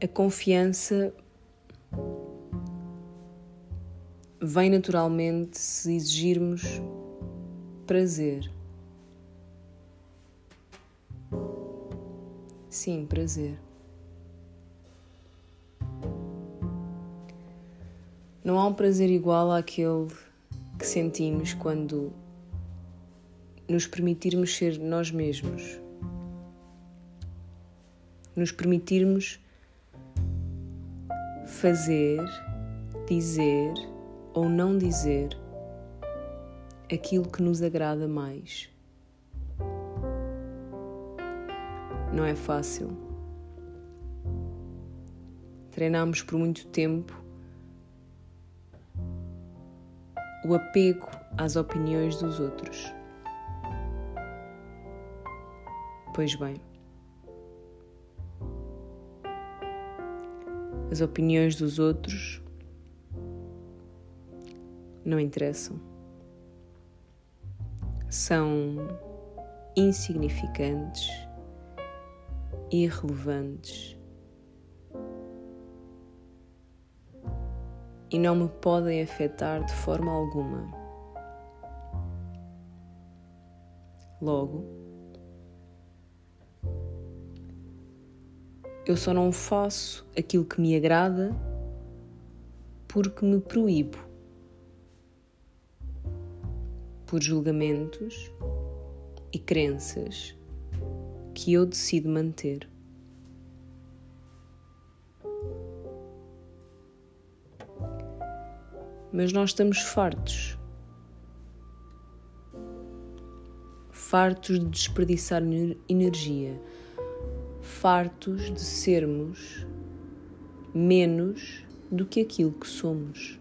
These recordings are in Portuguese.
A confiança vem naturalmente se exigirmos prazer. Sim, prazer. Não há um prazer igual àquele que sentimos quando nos permitirmos ser nós mesmos. Nos permitirmos fazer, dizer ou não dizer aquilo que nos agrada mais. Não é fácil. Treinamos por muito tempo o apego às opiniões dos outros. Pois bem, as opiniões dos outros não interessam. São insignificantes, irrelevantes e não me podem afetar de forma alguma. Logo, eu só não faço aquilo que me agrada porque me proíbo por julgamentos e crenças que eu decido manter. Mas nós estamos fartos de desperdiçar energia, fartos de sermos menos do que aquilo que somos.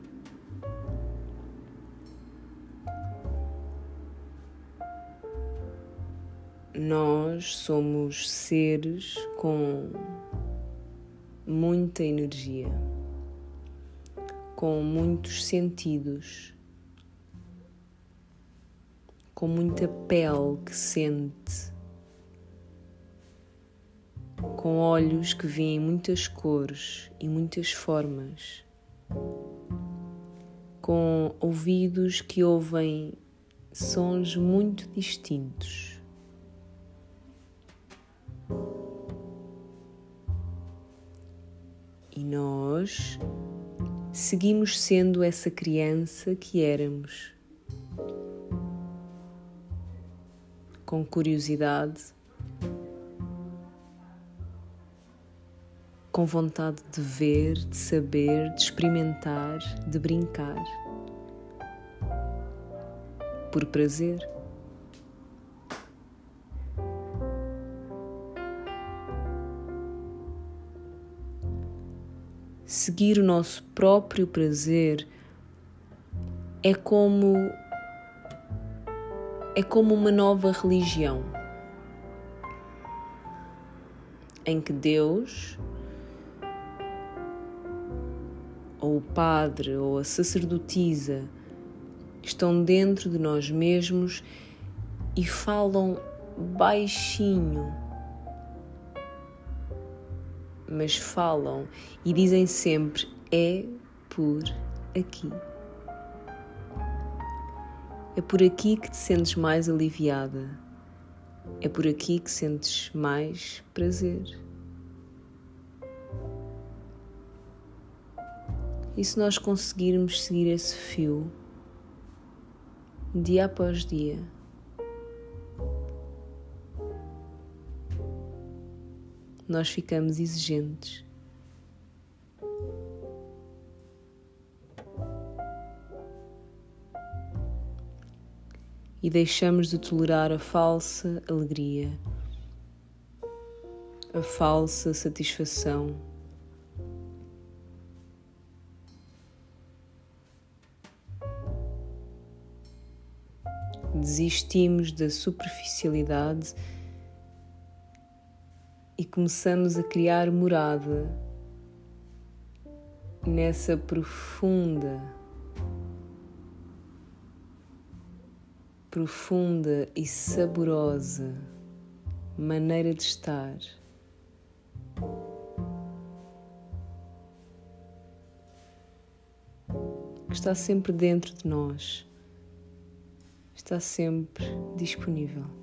Nós somos seres com muita energia, com muitos sentidos, com muita pele que sente, com olhos que veem muitas cores e muitas formas, com ouvidos que ouvem sons muito distintos. E nós seguimos sendo essa criança que éramos, com curiosidade, com vontade de ver, de saber, de experimentar, de brincar, por prazer. Seguir o nosso próprio prazer é como uma nova religião, em que Deus, ou o padre, ou a sacerdotisa, estão dentro de nós mesmos e falam baixinho, mas falam e dizem sempre: é por aqui. É por aqui que te sentes mais aliviada. É por aqui que sentes mais prazer. E se nós conseguirmos seguir esse fio, dia após dia, nós ficamos exigentes. E deixamos de tolerar a falsa alegria, a falsa satisfação. Desistimos da superficialidade e começamos a criar morada nessa profunda e saborosa maneira de estar, que está sempre dentro de nós, está sempre disponível.